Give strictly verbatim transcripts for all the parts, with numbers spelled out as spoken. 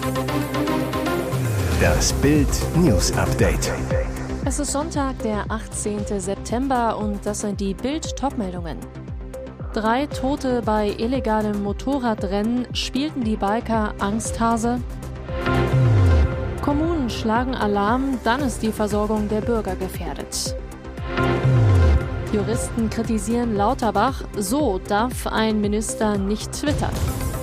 Das Bild News Update. Es ist Sonntag, der achtzehnten September und das sind die Bild-Top-Meldungen. Drei Tote bei illegalem Motorradrennen, spielten die Biker Angsthase? Kommunen schlagen Alarm, dann ist die Versorgung der Bürger gefährdet. Juristen kritisieren Lauterbach, so darf ein Minister nicht twittern.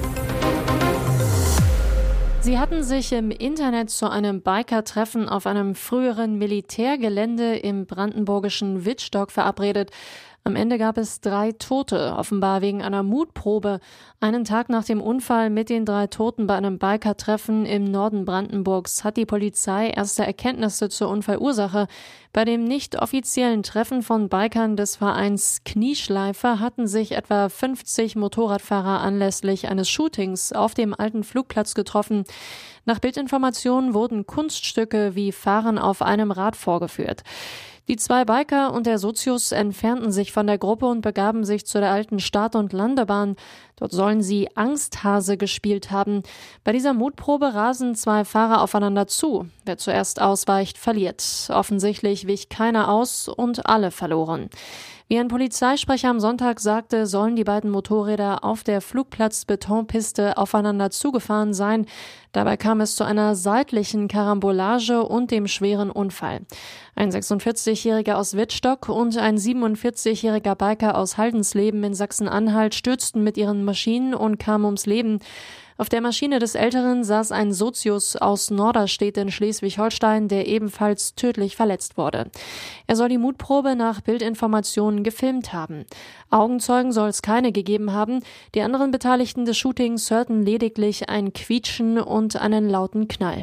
Sie hatten sich im Internet zu einem Biker-Treffen auf einem früheren Militärgelände im brandenburgischen Wittstock verabredet. Am Ende gab es drei Tote, offenbar wegen einer Mutprobe. Einen Tag nach dem Unfall mit den drei Toten bei einem Biker-Treffen im Norden Brandenburgs hat die Polizei erste Erkenntnisse zur Unfallursache. Bei dem nicht offiziellen Treffen von Bikern des Vereins Knieschleifer hatten sich etwa fünfzig Motorradfahrer anlässlich eines Shootings auf dem alten Flugplatz getroffen. Nach Bildinformationen wurden Kunststücke wie Fahren auf einem Rad vorgeführt. Die zwei Biker und der Sozius entfernten sich von der Gruppe und begaben sich zu der alten Start- und Landebahn. Dort sollen sie Angsthase gespielt haben. Bei dieser Mutprobe rasen zwei Fahrer aufeinander zu. Wer zuerst ausweicht, verliert. Offensichtlich wich keiner aus und alle verloren. Wie ein Polizeisprecher am Sonntag sagte, sollen die beiden Motorräder auf der Flugplatz-Betonpiste aufeinander zugefahren sein. Dabei kam es zu einer seitlichen Karambolage und dem schweren Unfall. Ein sechsundvierzigjähriger aus Wittstock und ein siebenundvierzigjähriger Biker aus Haldensleben in Sachsen-Anhalt stürzten mit ihren Maschinen und kamen ums Leben. Auf der Maschine des Älteren saß ein Sozius aus Norderstedt in Schleswig-Holstein, der ebenfalls tödlich verletzt wurde. Er soll die Mutprobe nach Bildinformationen gefilmt haben. Augenzeugen soll es keine gegeben haben. Die anderen Beteiligten des Shootings hörten lediglich ein Quietschen und einen lauten Knall.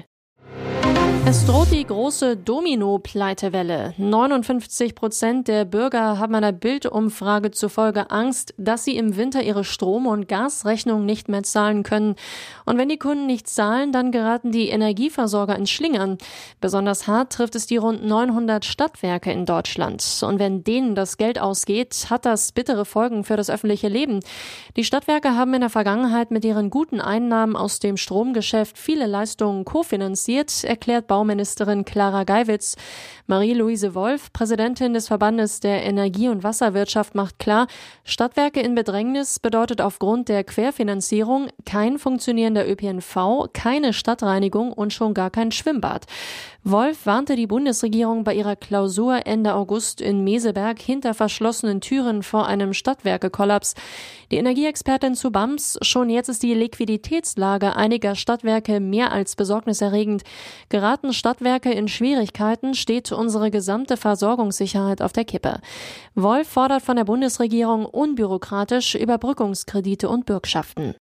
Es droht die große Domino-Pleitewelle. neunundfünfzig Prozent der Bürger haben einer Bild-Umfrage zufolge Angst, dass sie im Winter ihre Strom- und Gasrechnung nicht mehr zahlen können. Und wenn die Kunden nicht zahlen, dann geraten die Energieversorger ins Schlingern. Besonders hart trifft es die rund neunhundert Stadtwerke in Deutschland. Und wenn denen das Geld ausgeht, hat das bittere Folgen für das öffentliche Leben. Die Stadtwerke haben in der Vergangenheit mit ihren guten Einnahmen aus dem Stromgeschäft viele Leistungen kofinanziert, erklärt Bauministerin Clara Geiwitz. Marie-Louise Wolf, Präsidentin des Verbandes der Energie- und Wasserwirtschaft, macht klar, Stadtwerke in Bedrängnis bedeutet aufgrund der Querfinanzierung kein funktionierender Ö P N V, keine Stadtreinigung und schon gar kein Schwimmbad. Wolf warnte die Bundesregierung bei ihrer Klausur Ende August in Meseberg hinter verschlossenen Türen vor einem Stadtwerke-Kollaps. Die Energieexpertin zu B A M S, schon jetzt ist die Liquiditätslage einiger Stadtwerke mehr als besorgniserregend. Geraten Stadtwerke in Schwierigkeiten, steht unsere gesamte Versorgungssicherheit auf der Kippe. Wolf fordert von der Bundesregierung unbürokratisch Überbrückungskredite und Bürgschaften.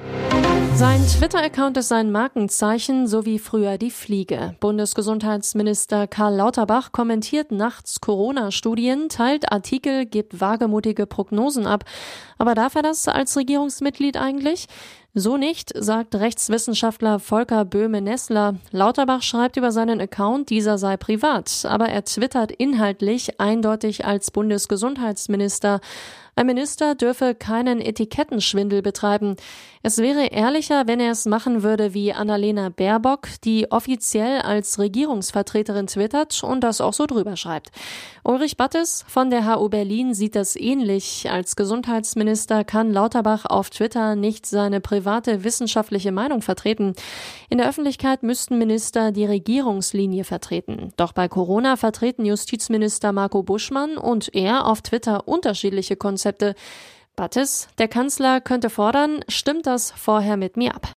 Sein Twitter-Account ist sein Markenzeichen, so wie früher die Fliege. Bundesgesundheitsminister Karl Lauterbach kommentiert nachts Corona-Studien, teilt Artikel, gibt wagemutige Prognosen ab. Aber darf er das als Regierungsmitglied eigentlich? So nicht, sagt Rechtswissenschaftler Volker Böhme-Nessler. Lauterbach schreibt über seinen Account, dieser sei privat, aber er twittert inhaltlich eindeutig als Bundesgesundheitsminister. Ein Minister dürfe keinen Etikettenschwindel betreiben. Es wäre ehrlicher, wenn er es machen würde wie Annalena Baerbock, die offiziell als Regierungsvertreterin twittert und das auch so drüber schreibt. Ulrich Battes von der H U Berlin sieht das ähnlich. Als Gesundheitsminister kann Lauterbach auf Twitter nicht seine private wissenschaftliche Meinung vertreten. In der Öffentlichkeit müssten Minister die Regierungslinie vertreten. Doch bei Corona vertreten Justizminister Marco Buschmann und er auf Twitter unterschiedliche Konzepte. Battes, der Kanzler könnte fordern, stimmt das vorher mit mir ab.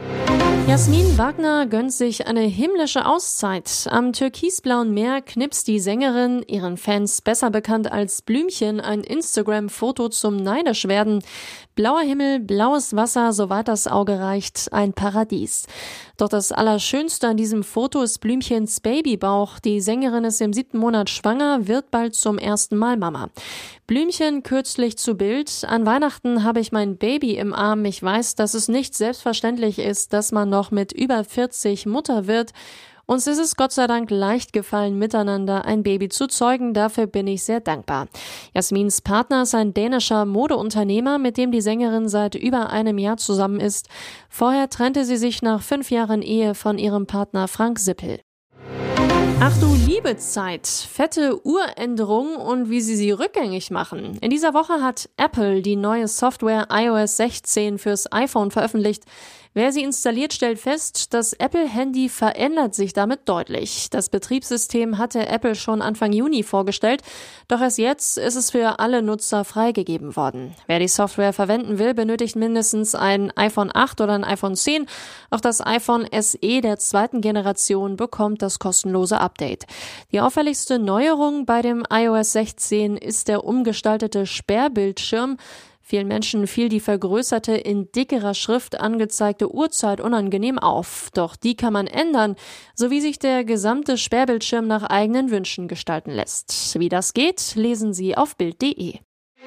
Jasmin Wagner gönnt sich eine himmlische Auszeit. Am türkisblauen Meer knipst die Sängerin, ihren Fans besser bekannt als Blümchen, ein Instagram-Foto zum Neidischwerden. Blauer Himmel, blaues Wasser, soweit das Auge reicht, ein Paradies. Doch das Allerschönste an diesem Foto ist Blümchens Babybauch. Die Sängerin ist im siebten Monat schwanger, wird bald zum ersten Mal Mama. Blümchen kürzlich zu Bild: An Weihnachten habe ich mein Baby im Arm. Ich weiß, dass es nicht selbstverständlich ist, dass man noch mit über vierzig Mutter wird. Uns ist es Gott sei Dank leicht gefallen, miteinander ein Baby zu zeugen. Dafür bin ich sehr dankbar. Jasmins Partner ist ein dänischer Modeunternehmer, mit dem die Sängerin seit über einem Jahr zusammen ist. Vorher trennte sie sich nach fünf Jahren Ehe von ihrem Partner Frank Sippel. Ach du liebe Zeit, fette Uränderungen und wie sie sie rückgängig machen. In dieser Woche hat Apple die neue Software i O S sechzehn fürs iPhone veröffentlicht. Wer sie installiert, stellt fest, das Apple-Handy verändert sich damit deutlich. Das Betriebssystem hatte Apple schon Anfang Juni vorgestellt, doch erst jetzt ist es für alle Nutzer freigegeben worden. Wer die Software verwenden will, benötigt mindestens ein iPhone acht oder ein iPhone zehn. Auch das iPhone S E der zweiten Generation bekommt das kostenlose Update. Die auffälligste Neuerung bei dem i O S sechzehn ist der umgestaltete Sperrbildschirm. Vielen Menschen fiel die vergrößerte, in dickerer Schrift angezeigte Uhrzeit unangenehm auf. Doch die kann man ändern, sowie sich der gesamte Sperrbildschirm nach eigenen Wünschen gestalten lässt. Wie das geht, lesen Sie auf bild punkt de.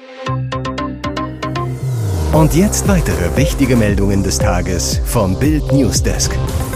Und jetzt weitere wichtige Meldungen des Tages vom Bild Newsdesk.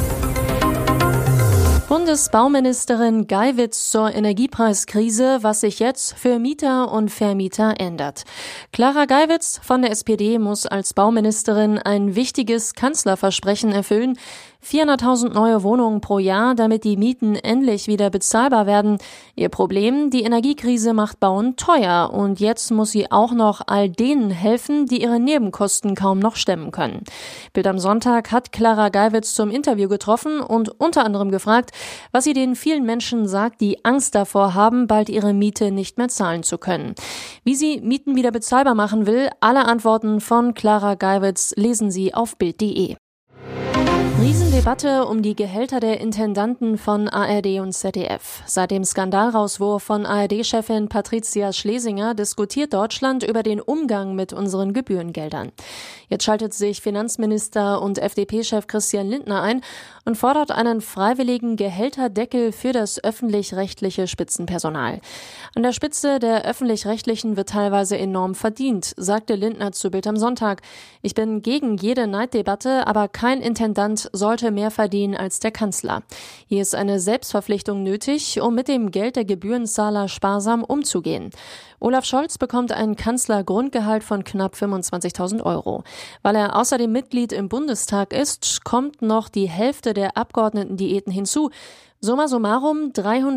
Bundesbauministerin Geiwitz zur Energiepreiskrise, was sich jetzt für Mieter und Vermieter ändert. Clara Geiwitz von der S P D muss als Bauministerin ein wichtiges Kanzlerversprechen erfüllen. vierhunderttausend neue Wohnungen pro Jahr, damit die Mieten endlich wieder bezahlbar werden. Ihr Problem, die Energiekrise macht Bauen teuer und jetzt muss sie auch noch all denen helfen, die ihre Nebenkosten kaum noch stemmen können. Bild am Sonntag hat Clara Geiwitz zum Interview getroffen und unter anderem gefragt, was sie den vielen Menschen sagt, die Angst davor haben, bald ihre Miete nicht mehr zahlen zu können. Wie sie Mieten wieder bezahlbar machen will, alle Antworten von Clara Geiwitz lesen Sie auf bild punkt de. Riesendebatte um die Gehälter der Intendanten von A R D und Z D F. Seit dem Skandalrauswurf von A R D-Chefin Patricia Schlesinger diskutiert Deutschland über den Umgang mit unseren Gebührengeldern. Jetzt schaltet sich Finanzminister und F D P-Chef Christian Lindner ein und fordert einen freiwilligen Gehälterdeckel für das öffentlich-rechtliche Spitzenpersonal. An der Spitze der Öffentlich-Rechtlichen wird teilweise enorm verdient, sagte Lindner zu Bild am Sonntag. Ich bin gegen jede Neiddebatte, aber kein Intendant sollte mehr verdienen als der Kanzler. Hier ist eine Selbstverpflichtung nötig, um mit dem Geld der Gebührenzahler sparsam umzugehen. Olaf Scholz bekommt ein Kanzlergrundgehalt von knapp fünfundzwanzigtausend Euro. Weil er außerdem Mitglied im Bundestag ist, kommt noch die Hälfte der Abgeordnetendiäten hinzu. Summa summarum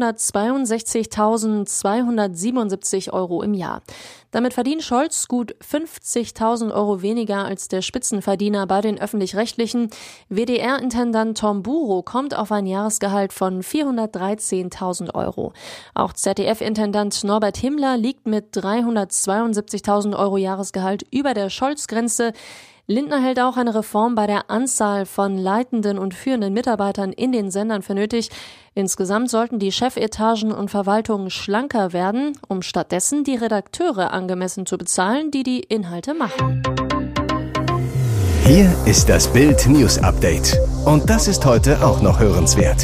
dreihundertzweiundsechzigtausendzweihundertsiebenundsiebzig Euro im Jahr. Damit verdient Scholz gut fünfzigtausend Euro weniger als der Spitzenverdiener bei den Öffentlich-Rechtlichen. W D R-Intendant Tom Buro kommt auf ein Jahresgehalt von vierhundertdreizehntausend Euro. Auch Z D F-Intendant Norbert Himmler liegt mit dreihundertzweiundsiebzigtausend Euro Jahresgehalt über der Scholz-Grenze. Lindner hält auch eine Reform bei der Anzahl von leitenden und führenden Mitarbeitern in den Sendern für nötig. Insgesamt sollten die Chefetagen und Verwaltungen schlanker werden, um stattdessen die Redakteure angemessen zu bezahlen, die die Inhalte machen. Hier ist das Bild News Update. Und das ist heute auch noch hörenswert.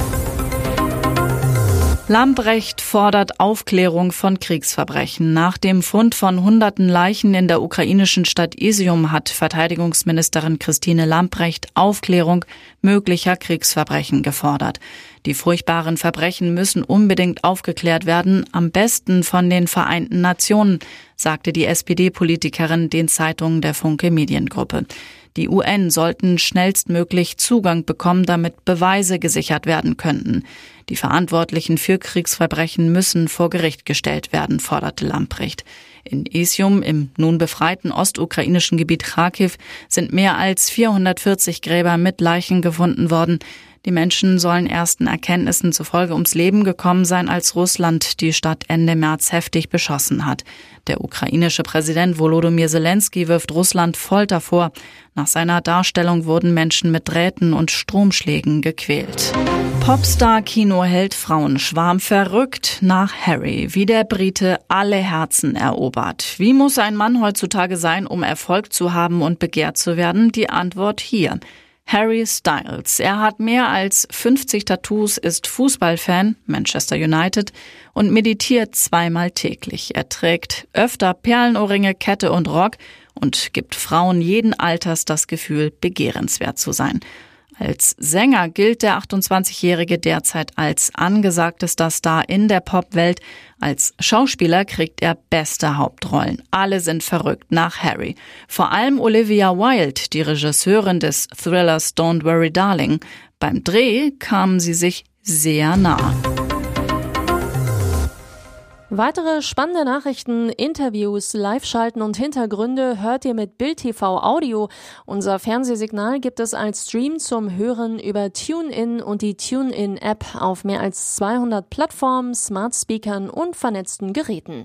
Lambrecht fordert Aufklärung von Kriegsverbrechen. Nach dem Fund von hunderten Leichen in der ukrainischen Stadt Isium hat Verteidigungsministerin Christine Lambrecht Aufklärung möglicher Kriegsverbrechen gefordert. Die furchtbaren Verbrechen müssen unbedingt aufgeklärt werden, am besten von den Vereinten Nationen, sagte die S P D-Politikerin den Zeitungen der Funke Mediengruppe. Die U N sollten schnellstmöglich Zugang bekommen, damit Beweise gesichert werden könnten. Die Verantwortlichen für Kriegsverbrechen müssen vor Gericht gestellt werden, forderte Lambrecht. In Isium, im nun befreiten ostukrainischen Gebiet Charkiw, sind mehr als vierhundertvierzig Gräber mit Leichen gefunden worden. Die Menschen sollen ersten Erkenntnissen zufolge ums Leben gekommen sein, als Russland die Stadt Ende März heftig beschossen hat. Der ukrainische Präsident Volodymyr Zelensky wirft Russland Folter vor. Nach seiner Darstellung wurden Menschen mit Drähten und Stromschlägen gequält. Popstar-Kinoheld Frauenschwarm verrückt nach Harry, wie der Brite alle Herzen erobert. Wie muss ein Mann heutzutage sein, um Erfolg zu haben und begehrt zu werden? Die Antwort hier. Harry Styles. Er hat mehr als fünfzig Tattoos, ist Fußballfan, Manchester United, und meditiert zweimal täglich. Er trägt öfter Perlenohrringe, Kette und Rock und gibt Frauen jeden Alters das Gefühl, begehrenswert zu sein. Als Sänger gilt der achtundzwanzigjährige derzeit als angesagtester Star in der Popwelt. Als Schauspieler kriegt er beste Hauptrollen. Alle sind verrückt nach Harry. Vor allem Olivia Wilde, die Regisseurin des Thrillers Don't Worry Darling. Beim Dreh kamen sie sich sehr nah. Weitere spannende Nachrichten, Interviews, Live-Schalten und Hintergründe hört ihr mit Bild T V Audio. Unser Fernsehsignal gibt es als Stream zum Hören über TuneIn und die TuneIn-App auf mehr als zweihundert Plattformen, Smart-Speakern und vernetzten Geräten.